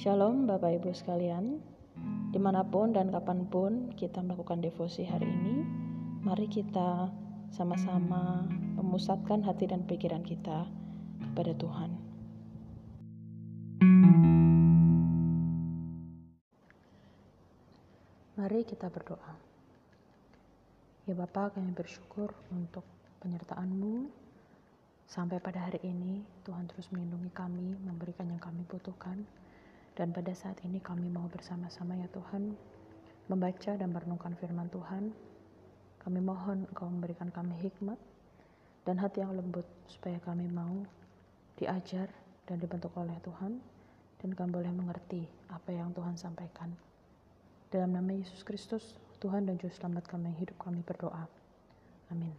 Shalom Bapak Ibu sekalian, dimanapun dan kapanpun kita melakukan devosi hari ini, mari kita sama-sama memusatkan hati dan pikiran kita kepada Tuhan. Mari kita berdoa. Ya Bapa, kami bersyukur untuk penyertaan-Mu. Sampai pada hari ini, Tuhan terus melindungi kami, memberikan yang kami butuhkan. Dan pada saat ini kami mau bersama-sama ya Tuhan, membaca dan merenungkan firman Tuhan. Kami mohon Engkau memberikan kami hikmat dan hati yang lembut, supaya kami mau diajar dan dibentuk oleh Tuhan, dan kami boleh mengerti apa yang Tuhan sampaikan. Dalam nama Yesus Kristus, Tuhan dan Juru Selamat kami, hidup kami berdoa. Amin.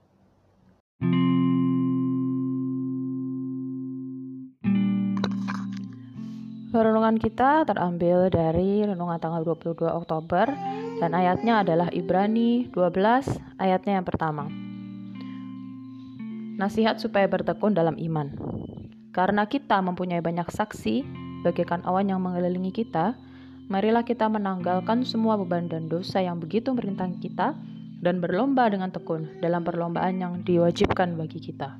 Renungan kita terambil dari renungan tanggal 22 Oktober dan ayatnya adalah Ibrani 12 ayatnya yang pertama. Nasihat supaya bertekun dalam iman. Karena kita mempunyai banyak saksi bagaikan awan yang mengelilingi kita, marilah kita menanggalkan semua beban dan dosa yang begitu merintangi kita dan berlomba dengan tekun dalam perlombaan yang diwajibkan bagi kita.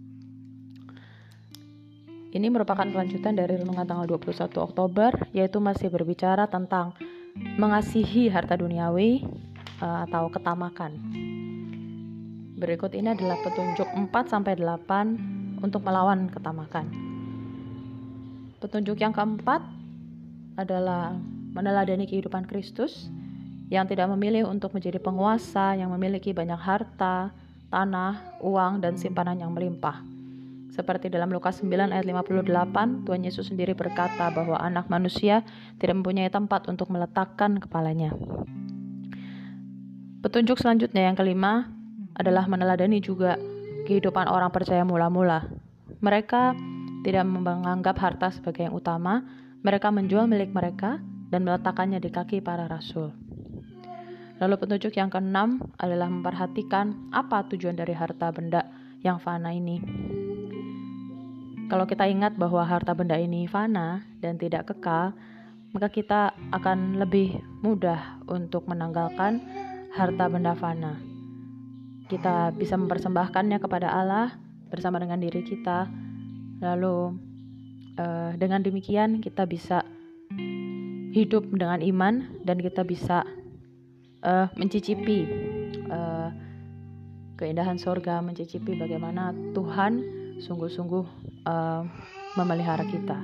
Ini merupakan kelanjutan dari renungan tanggal 21 Oktober, yaitu masih berbicara tentang mengasihi harta duniawi atau ketamakan. Berikut ini adalah petunjuk 4-8 untuk melawan ketamakan. Petunjuk yang keempat adalah meneladani kehidupan Kristus yang tidak memilih untuk menjadi penguasa yang memiliki banyak harta, tanah, uang, dan simpanan yang melimpah. Seperti dalam Lukas 9 ayat 58, Tuhan Yesus sendiri berkata bahwa anak manusia tidak mempunyai tempat untuk meletakkan kepalanya. Petunjuk selanjutnya yang kelima adalah meneladani juga kehidupan orang percaya mula-mula. Mereka tidak menganggap harta sebagai yang utama, mereka menjual milik mereka dan meletakkannya di kaki para rasul. Lalu petunjuk yang keenam adalah memperhatikan apa tujuan dari harta benda yang fana ini. Kalau kita ingat bahwa harta benda ini fana dan tidak kekal, maka kita akan lebih mudah untuk menanggalkan harta benda fana. Kita bisa mempersembahkannya kepada Allah bersama dengan diri kita. Lalu dengan demikian kita bisa hidup dengan iman dan kita bisa mencicipi keindahan sorga, mencicipi bagaimana Tuhan sungguh-sungguh memelihara kita.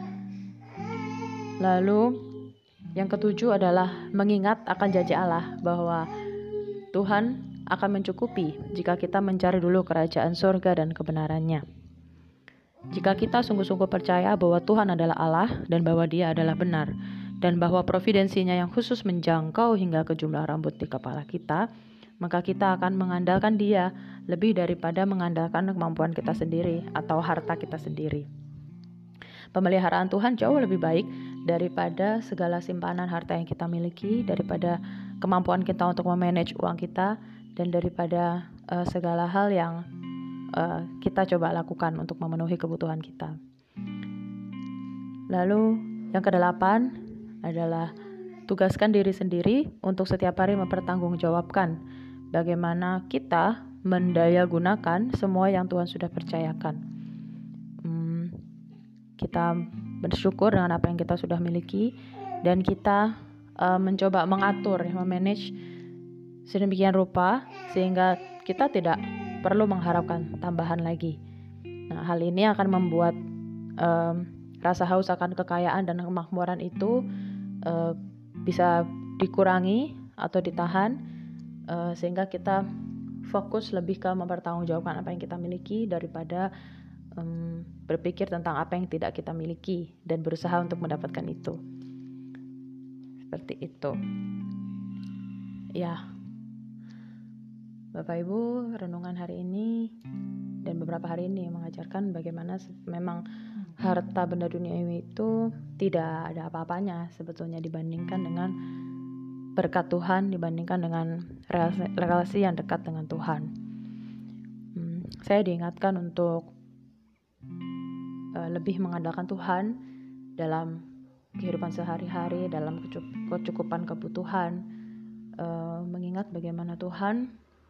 Lalu yang ketujuh adalah mengingat akan janji Allah bahwa Tuhan akan mencukupi jika kita mencari dulu kerajaan sorga dan kebenarannya. Jika kita sungguh-sungguh percaya bahwa Tuhan adalah Allah dan bahwa Dia adalah benar, dan bahwa providensinya yang khusus menjangkau hingga ke jumlah rambut di kepala kita, maka kita akan mengandalkan Dia lebih daripada mengandalkan kemampuan kita sendiri atau harta kita sendiri. Pemeliharaan Tuhan jauh lebih baik daripada segala simpanan harta yang kita miliki, daripada kemampuan kita untuk memanage uang kita, dan daripada segala hal yang kita coba lakukan untuk memenuhi kebutuhan kita. Lalu yang kedelapan adalah tugaskan diri sendiri untuk setiap hari mempertanggungjawabkan bagaimana kita mendayagunakan semua yang Tuhan sudah percayakan. Kita bersyukur dengan apa yang kita sudah miliki dan kita mencoba mengatur, memanage sedemikian rupa sehingga kita tidak perlu mengharapkan tambahan lagi. Nah, hal ini akan membuat rasa haus akan kekayaan dan kemakmuran itu bisa dikurangi atau ditahan sehingga kita fokus lebih ke mempertanggungjawabkan apa yang kita miliki daripada berpikir tentang apa yang tidak kita miliki dan berusaha untuk mendapatkan itu. Seperti itu. Ya, Bapak Ibu, renungan hari ini dan beberapa hari ini mengajarkan bagaimana memang harta benda duniawi itu tidak ada apa-apanya sebetulnya dibandingkan dengan berkat Tuhan, dibandingkan dengan relasi yang dekat dengan Tuhan. Saya diingatkan untuk lebih mengandalkan Tuhan dalam kehidupan sehari-hari, dalam kecukupan kebutuhan, mengingat bagaimana Tuhan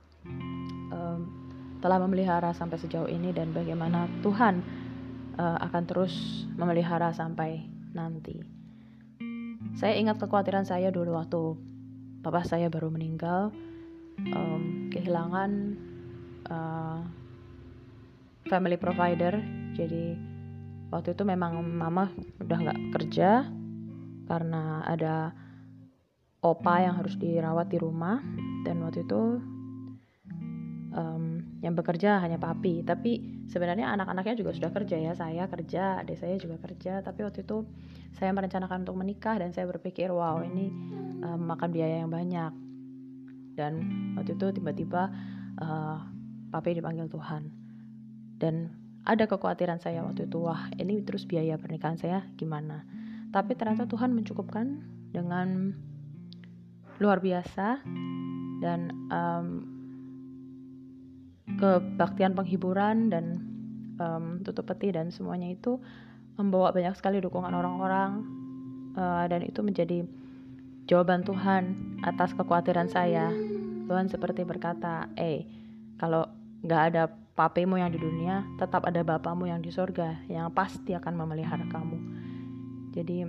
telah memelihara sampai sejauh ini dan bagaimana Tuhan akan terus memelihara sampai nanti. Saya ingat kekhawatiran saya dulu waktu papa saya baru meninggal, kehilangan family provider. Jadi waktu itu memang mama udah gak kerja karena ada opa yang harus dirawat di rumah, dan waktu itu yang bekerja hanya papi. Tapi sebenarnya anak-anaknya juga sudah kerja ya, saya kerja, adik saya juga kerja. Tapi waktu itu saya merencanakan untuk menikah dan saya berpikir wow, ini makan biaya yang banyak. Dan waktu itu tiba-tiba papi dipanggil Tuhan, dan ada kekhawatiran saya waktu itu, wah ini terus biaya pernikahan saya gimana. Tapi ternyata Tuhan mencukupkan dengan luar biasa, dan kebaktian penghiburan dan tutup peti dan semuanya itu membawa banyak sekali dukungan orang-orang, dan itu menjadi jawaban Tuhan atas kekhawatiran saya. Tuhan seperti berkata, kalau gak ada papimu yang di dunia, tetap ada Bapamu yang di sorga yang pasti akan memelihara kamu. Jadi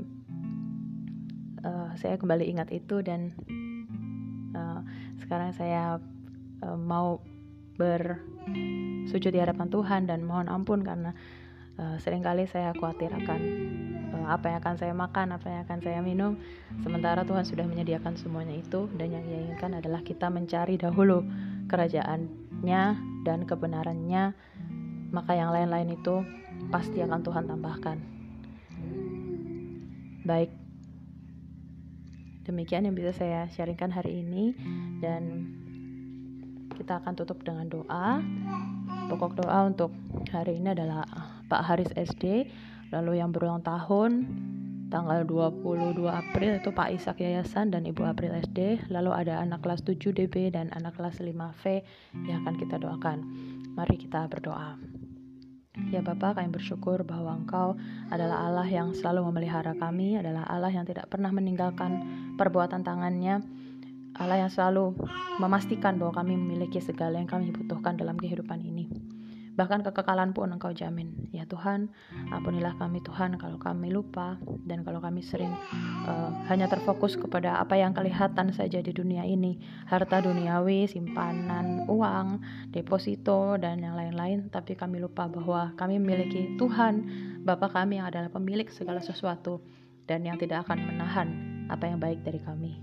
saya kembali ingat itu, dan sekarang saya mau bersujud di hadapan Tuhan dan mohon ampun karena seringkali saya khawatir akan apa yang akan saya makan, apa yang akan saya minum, sementara Tuhan sudah menyediakan semuanya itu. Dan yang Ia inginkan adalah kita mencari dahulu kerajaan-Nya dan kebenaran-Nya, maka yang lain-lain itu pasti akan Tuhan tambahkan. Baik, demikian yang bisa saya sharingkan hari ini, dan kita akan tutup dengan doa. Pokok doa untuk hari ini adalah Pak Haris SD, lalu yang berulang tahun tanggal 22 April itu Pak Ishak Yayasan dan Ibu April SD, lalu ada anak kelas 7 DB dan anak kelas 5V yang akan kita doakan. Mari kita berdoa. Ya Bapa, kami bersyukur bahwa Engkau adalah Allah yang selalu memelihara kami, adalah Allah yang tidak pernah meninggalkan perbuatan tangan-Nya, Allah yang selalu memastikan bahwa kami memiliki segala yang kami butuhkan dalam kehidupan ini. Bahkan kekekalan pun Engkau jamin. Ya Tuhan, ampunilah kami Tuhan kalau kami lupa, dan kalau kami sering hanya terfokus kepada apa yang kelihatan saja di dunia ini, harta duniawi, simpanan uang, deposito, dan yang lain-lain. Tapi kami lupa bahwa kami memiliki Tuhan, Bapa kami yang adalah pemilik segala sesuatu, dan yang tidak akan menahan apa yang baik dari kami.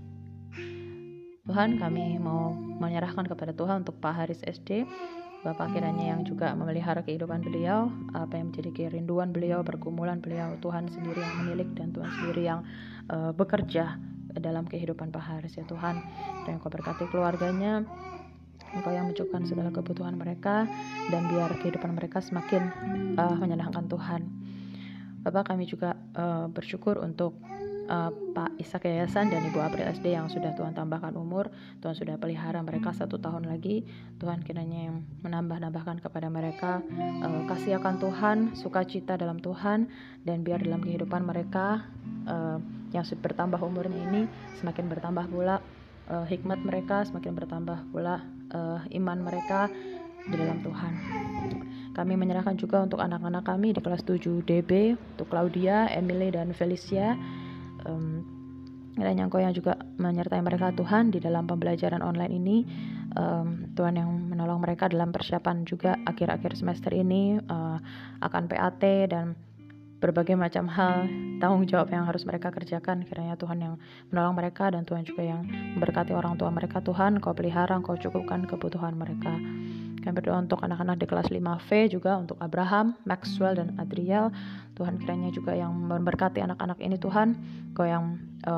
Tuhan, kami mau menyerahkan kepada Tuhan untuk Pak Haris SD, Bapak kiranya yang juga memelihara kehidupan beliau, apa yang menjadi kerinduan beliau, pergumulan beliau, Tuhan sendiri yang menilik dan Tuhan sendiri yang bekerja dalam kehidupan Pak Haris ya Tuhan. Dan Engkau berkati keluarganya, Engkau yang mencukupkan segala kebutuhan mereka, dan biar kehidupan mereka semakin menyenangkan Tuhan. Bapak, kami juga bersyukur untuk Pak Ishak Yayasan dan Ibu April SD yang sudah Tuhan tambahkan umur. Tuhan sudah pelihara mereka 1 tahun lagi. Tuhan kiranya yang menambahkan kepada mereka kasih akan Tuhan, sukacita dalam Tuhan, dan biar dalam kehidupan mereka yang sudah bertambah umurnya ini semakin bertambah pula hikmat mereka, semakin bertambah pula iman mereka di dalam Tuhan. Kami menyerahkan juga untuk anak-anak kami di kelas 7 DB, untuk Claudia, Emily, dan Felicia. Kiranya Engkau yang juga menyertai mereka Tuhan di dalam pembelajaran online ini. Tuhan yang menolong mereka dalam persiapan juga akhir-akhir semester ini akan PAT dan berbagai macam hal, tanggung jawab yang harus mereka kerjakan. Kiranya Tuhan yang menolong mereka, dan Tuhan juga yang memberkati orang tua mereka. Tuhan, Engkau pelihara, Engkau cukupkan kebutuhan mereka. Kami berdoa untuk anak-anak di kelas 5V juga, untuk Abraham, Maxwell, dan Adriel. Tuhan kiranya juga yang memberkati anak-anak ini Tuhan, Engkau yang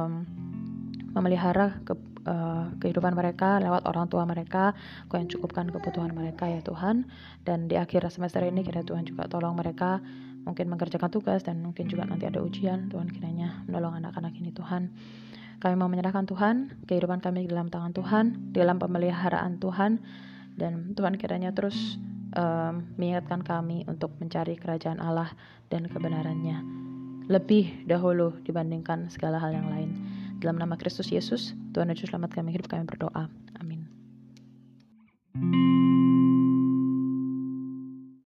memelihara kehidupan mereka lewat orang tua mereka, Engkau yang cukupkan kebutuhan mereka ya Tuhan. Dan di akhir semester ini kiranya Tuhan juga tolong mereka mungkin mengerjakan tugas, dan mungkin juga nanti ada ujian. Tuhan kiranya menolong anak-anak ini Tuhan. Kami mau menyerahkan Tuhan kehidupan kami dalam tangan Tuhan, dalam pemeliharaan Tuhan, dan Tuhan kiranya terus mengingatkan kami untuk mencari kerajaan Allah dan kebenarannya. lebih dahulu dibandingkan segala hal yang lain. Dalam nama Kristus Yesus, Tuhan Yesus selamat kami hidup, kami berdoa. Amin.